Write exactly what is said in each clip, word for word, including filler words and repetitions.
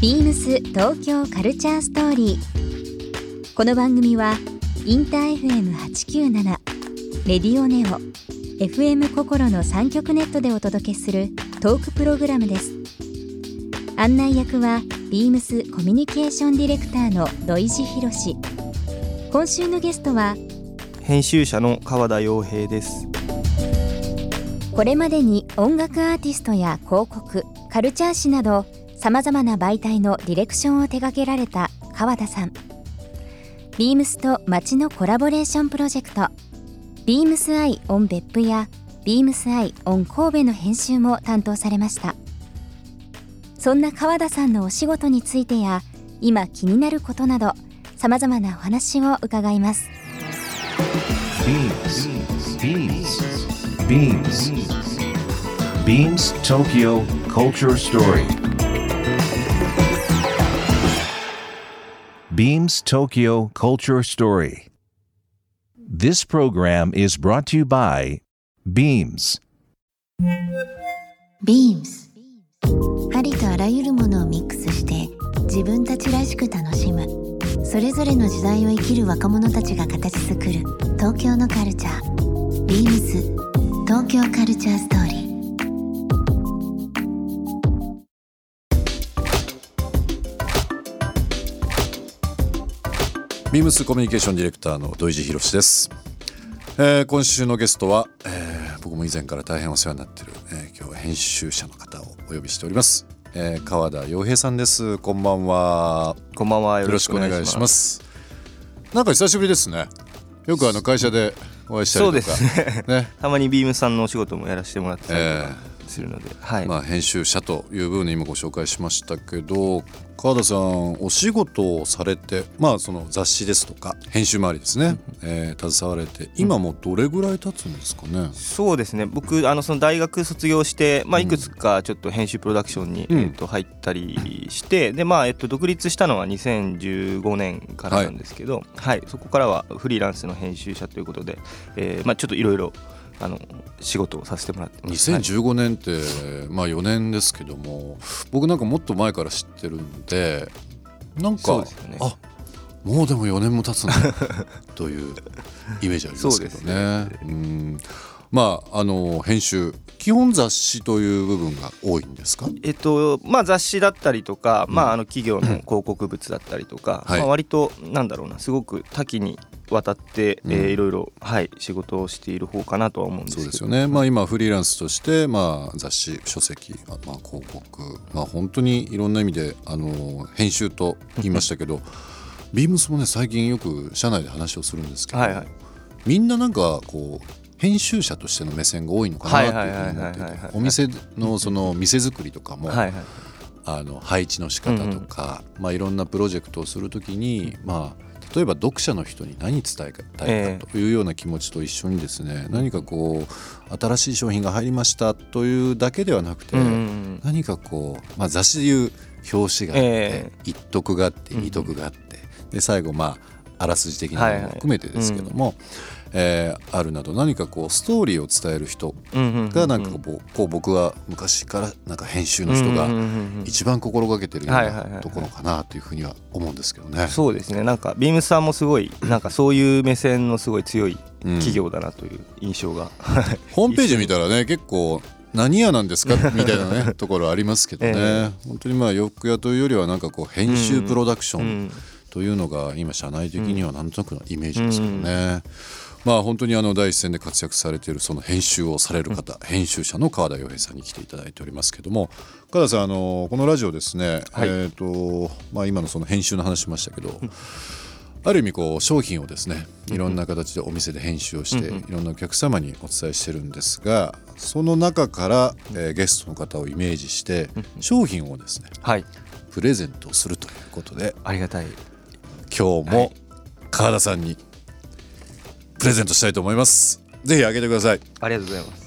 ビームス東京カルチャーストーリー。この番組はインター エフエムはちきゅうなな、レディオネオ、エフエム 心のさん局ネットでお届けするトークプログラムです。案内役はビームスコミュニケーションディレクターの土井博志。今週のゲストは編集者の川田洋平です。 これまでに音楽アーティストや広告、カルチャー誌などさまざまな媒体のディレクションを手掛けられた川田さん。ビームスと街のコラボレーションプロジェクトビームスアイ on 別府やビームスアイ on 神戸の編集も担当されました。そんな川田さんのお仕事についてや今気になることなどさまざまなお話を伺います。 ビームス ビームス ビームス ビームス Tokyo Culture Story Beams Tokyo Culture Story. This program is brought to you by Beams. Beams ありとあらゆるものをミックスして自分たちらしく楽しむ、それぞれの時代を生きる若者たちが形作る東京のカルチャー。 Beams 東京カルチャーストーリー。 ビームスコミュニケーションディレクターの土井博志です。えー、今週のゲストは、えー、僕も以前から大変お世話になっている、えー、今日は編集者の方をお呼びしております。えー、川田洋平さんです。こんばんは。 こんばんは。 よろしくお願いします。なんか久しぶりですね。よくあの会社でお会いしたりとか。 そうですね。ねたまにビームさんのお仕事もやらせてもらってたりとか、えーするので、はい。まあ、 編集者という部分で今ご紹介しましたけど、川田さんお仕事をされて、まあ、その雑誌ですとか編集周りですね、うんえー、携われて今もうどれぐらい経つんですかね。 うん、そうですね、僕あのその大学卒業して、まあ、いくつかちょっと編集プロダクションに、うんえー、と入ったりして、で、まあえっと、独立したのはにせんじゅうごねんからなんですけど、はいはい、そこからはフリーランスの編集者ということで、えーまあ、ちょっといろいろあの仕事をさせてもらってます。 にせんじゅうごねんって、はいまあ、よねんですけども、僕なんかもっと前から知ってるんで、なんか、ね、あもうでもよねんも経つんだというイメージありますけど ね, ねうんまああの編集基本雑誌という部分が多いんですか。 えっとまあ、雑誌だったりとか、うんまあ、あの企業の広告物だったりとか、うんまあ、割となんだろうなすごく多岐にわたって、うんえー、いろいろ、はい、仕事をしている方かなとは思うんですけど。 そうですよね、まあ、今フリーランスとして、まあ、雑誌書籍、まあ、広告、まあ、本当にいろんな意味であの編集と言いましたけどビームスもね最近よく社内で話をするんですけど、はいはい、みんななんかこう編集者としての目線が多いのかなというふうに思っていて、お店のその店作りとかも、はいはい、あの配置の仕方とか、うんうんまあ、いろんなプロジェクトをするときに、まあ例えば読者の人に何伝えたいかというような気持ちと一緒にですね、えー、何かこう新しい商品が入りましたというだけではなくて、うんうん、何かこう、まあ、雑誌でいう表紙があって、えー、一徳があって二徳があって、うん、で最後まああらすじ的なものも含めてですけども、はいはいうんえー、あるなど何かこうストーリーを伝える人がなんかこう、こう僕は昔からなんか編集の人が一番心がけてるようなところかなというふうには思うんですけどね。 そうですね、なんかビームスさんもすごいなんかそういう目線のすごい強い企業だなという印象が、うん、 ホームページ見たらね結構何屋なんですかみたいなねところありますけどね、えー、本当にまあ洋服屋というよりはなんかこう編集プロダクションというのが今社内的にはなんとなくのイメージですけどね、うんうんまあ、本当にあの第一線で活躍されているその編集をされる方、うん、編集者の川田洋平さんに来ていただいておりますけども、川田さんあのこのラジオですね、はいえーとまあ、今のその編集の話しましたけど、うん、ある意味こう商品をですねいろんな形でお店で編集をして、うん、いろんなお客様にお伝えしてるんですが、その中から、えー、ゲストの方をイメージして商品をですね、はい、プレゼントするということで、 ありがたい今日も川田さんにプレゼントしたいと思います。ぜひあげてください。 ありがとうございます。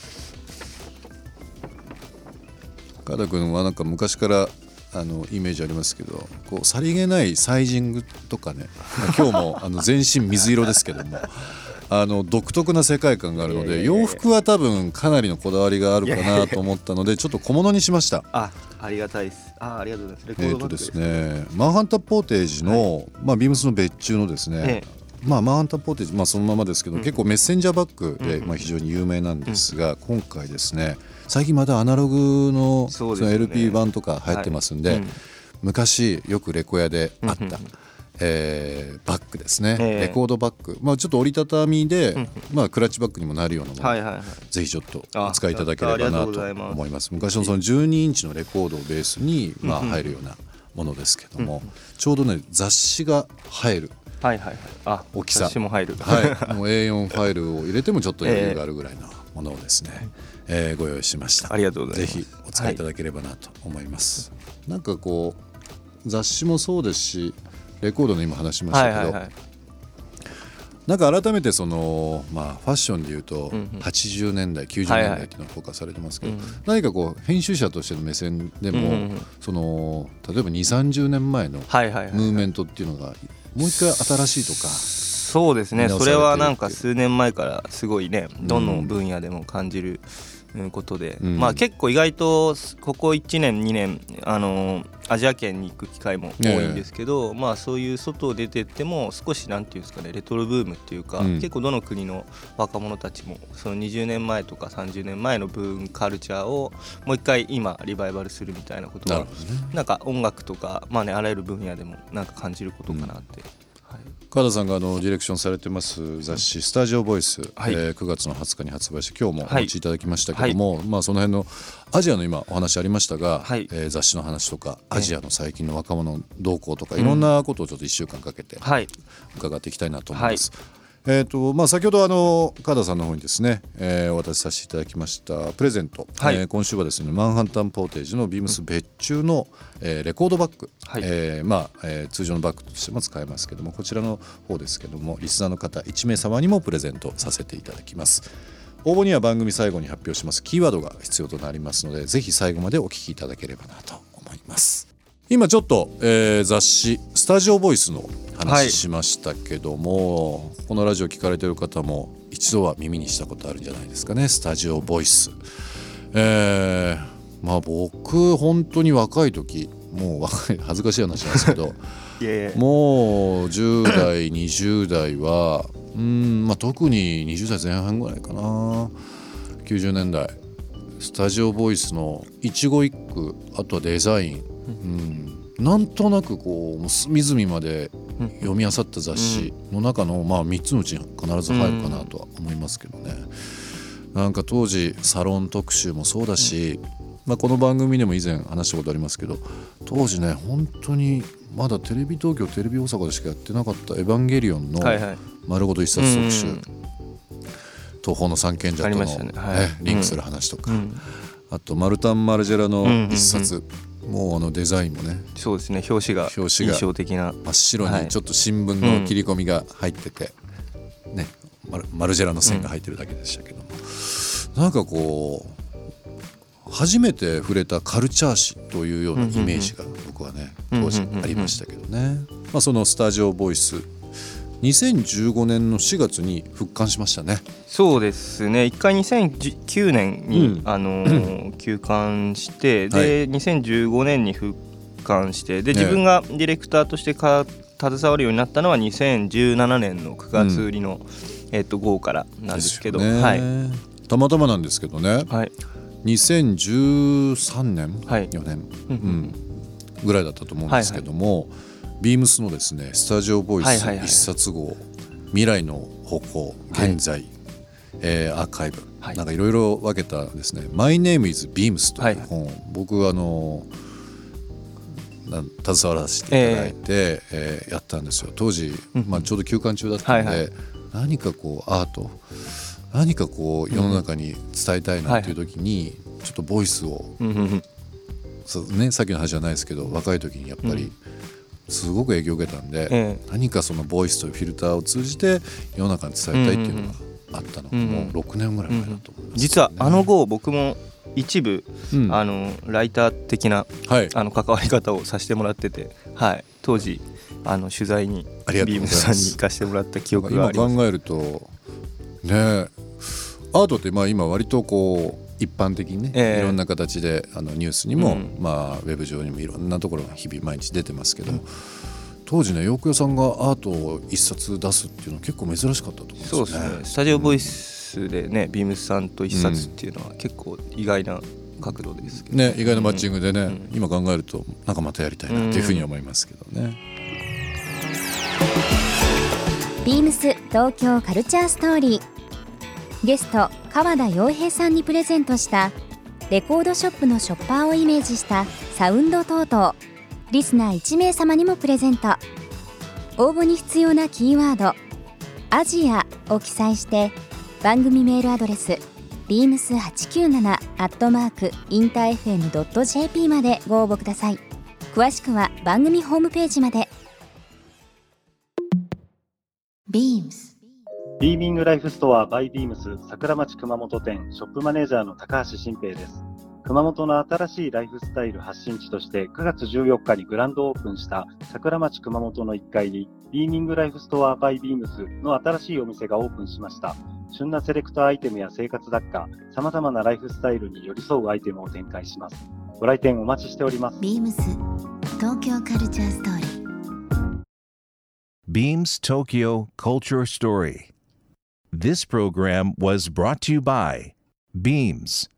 川田君はなんか昔からあのイメージありますけど、こうさりげないサイジングとかね、今日もあの全身水色ですけどもあの独特な世界観があるので、洋服は多分かなりのこだわりがあるかなと思ったのでちょっと小物にしました。 あ、ありがたいです。あ、ありがとうございます。レコえーードバッグですとですね、マンハッタンポーテージの、はい、まあ、ビームスの別注のですね、 ええ、 まあ、マンハッタンポーテージ、まあ、そのままですけど、うん、結構メッセンジャーバッグで、 うん、 まあ、非常に有名なんですが、うん、今回ですね、最近またアナログ の, その エルピー 版とか流行ってますんで、はい、うん、昔よくレコヤであった、うん、えー、バッグですね、えー、レコードバッグ、まあ、ちょっと折りたたみで、うん、まあ、クラッチバッグにもなるようなもの、はいはいはい、ぜひちょっとお使いいただければなと思います。昔のそのじゅうにインチのレコードをベースに、まあ、入るようなものですけども、うん、ちょうどね雑誌が入る、はいはいはい、あ、大きさ、雑誌も入る、はい、もう エーよん ファイルを入れてもちょっと余裕があるぐらいのものをですね、えー、ご用意しました。 ありがとうございます。 ぜひお使いいただければなと思います、はい、なんかこう雑誌もそうですしレコードの今話しましたけど、はいはいはい、なんか改めてその、まあ、ファッションでいうとはちじゅうねんだい、きゅうじゅうねんだいっていうのがフォーカスされてますけど、はいはい、何かこう編集者としての目線でも、うん、その例えばにじゅう、さんじゅうねんまえのムーブメントっていうのがもう一回新しいとか、 そうですね、それはなんか数年前からすごいね、どの分野でも感じることで、うん、まあ結構意外とここいちねんにねんあのアジア圏に行く機会も多いんですけど、まあそういう外を出てっても少しなんていうんですかね、レトロブームっていうか、うん、結構どの国の若者たちもそのにじゅうねんまえとかさんじゅうねんまえの文カルチャーをもう一回今リバイバルするみたいなことは、なんか音楽とかまあね、あらゆる分野でもなんか感じることかなって、うん、 川田さんがあのディレクションされてます雑誌スタジオボイス、はい、えー、くがつのはつかに発売して今日もお持ちいただきましたけども、はい、まあ、その辺のアジアの今お話ありましたが、はい、えー、雑誌の話とかアジアの最近の若者動向とかいろんなことをちょっといっしゅうかんかけて伺っていきたいなと思います、はい、えーとまあ、先ほどあの川田さんの方にですね、えー、お渡しさせていただきましたプレゼント、はい、えー、今週はですねマンハッタンポーテージのビームス別注の、えー、レコードバッグ、はい、えーまあえー、通常のバッグとしても使えますけども、こちらの方ですけどもリスナーの方いちめいさまにもプレゼントさせていただきます。応募には番組最後に発表しますキーワードが必要となりますので、ぜひ最後までお聞きいただければなと思います。今ちょっと、えー、雑誌スタジオボイスの話しましたけども、はい、このラジオ聞かれている方も一度は耳にしたことあるんじゃないですかね。スタジオボイス、えー、まあ僕本当に若い時、もう若い恥ずかしい話なんですけどいやいやもうじゅう代にじゅう代はうーん、まあ、特ににじゅう代前半ぐらいかな、きゅうじゅうねんだいスタジオボイスの一語一句、あとはデザイン、うん、なんとなくこう隅々まで読み漁った雑誌の中の、まあ、みっつのうちに必ず入るかなとは思いますけどね。なんか当時サロン特集もそうだし、まあ、この番組でも以前話したことありますけど、当時ね本当にまだテレビ東京テレビ大阪でしかやってなかったエヴァンゲリオンの丸ごと一冊特集、はいはい、東宝の三賢者との、ね、はい、リンクする話とか、うん、あとマルタン・マルジェラの一冊、うんうんうん、もうあのデザインもね、 そうですね、表紙が印象的な真っ白にちょっと新聞の切り込みが入ってて、はい、ね、マル、マルジェラの線が入ってるだけでしたけども、うん、なんかこう初めて触れたカルチャー誌というようなイメージが僕はね当時ありましたけどね。まあそのスタジオボイスにせんじゅうごねんのしがつに復刊しましたね。 そうですね、一回にせんきゅうねんに、うん、あのー、休刊してで、はい、にせんじゅうごねんに復刊してで自分がディレクターとしてか携わるようになったのはにせんじゅうななねんのくがつ売りの、うん、えー、と号からなんですけど、ね、はい、 たまたまなんですけどね、はい、にせんじゅうさんねん、はい、よねん、うん、ぐらいだったと思うんですけども、はいはい、ビームスのですねスタジオボイス一冊号、はいはいはい、未来の方向現在、はい、えー、アーカイブ、はい、なんかいろいろ分けたですね My name is Beams という本、はい、僕はあの携わらせていただいて、えーえー、やったんですよ当時、まあ、ちょうど休刊中だったので、はいはい、何かこうアート何かこう世の中に伝えたいなという時にちょっとボイスを、そうね、さっきの話じゃないですけど若い時にやっぱりすごく影響を受けたんで、何かそのボイスというフィルターを通じて世の中に伝えたいっていうのがあったのがもうろくねんぐらい前だと思います、ね、 実はあの号僕も一部、うん、あのライター的な、はい、あの関わり方をさせてもらってて、はい、当時あの取材にビームさんに行かせてもらった記憶があります。 今考えるとねえアートってまあ今割とこう一般的にね、えー、いろんな形であのニュースにも、うん、まあウェブ上にもいろんなところが日々毎日出てますけど、うん、当時ね洋服屋さんがアートを一冊出すっていうのは結構珍しかったと思うんですよね。 そうですね。スタジオボイスでね、うん、ビームスさんと一冊っていうのは結構意外な角度ですけど、 ね、意外なマッチングでね、うん、今考えるとなんかまたやりたいなっていうふうに思いますけどね、 うん、ビームス東京カルチャーストーリー、ゲスト川田洋平さんにプレゼントしたレコードショップのショッパーをイメージしたサウンド等々リスナーいち名様にもプレゼント。応募に必要なキーワードアジアを記載して番組メールアドレス ビームスはちきゅうなな アットマーク インターエフエム ドット ジェーピー までご応募ください。詳しくは番組ホームページまで。 ビームスビーミングライフストア by ビームス桜町熊本店ショップマネージャーの高橋真平です。熊本の新しいライフスタイル発信地としてくがつじゅうよっかにグランドオープンした桜町熊本のいっかいにビーミングライフストア by ビームスの新しいお店がオープンしました。旬なセレクトアイテムや生活雑貨、様々なライフスタイルに寄り添うアイテムを展開します。ご来店お待ちしております。 ビームス東京カルチャーストーリー Beams Tokyo Culture Story. This program was brought to you by Beams.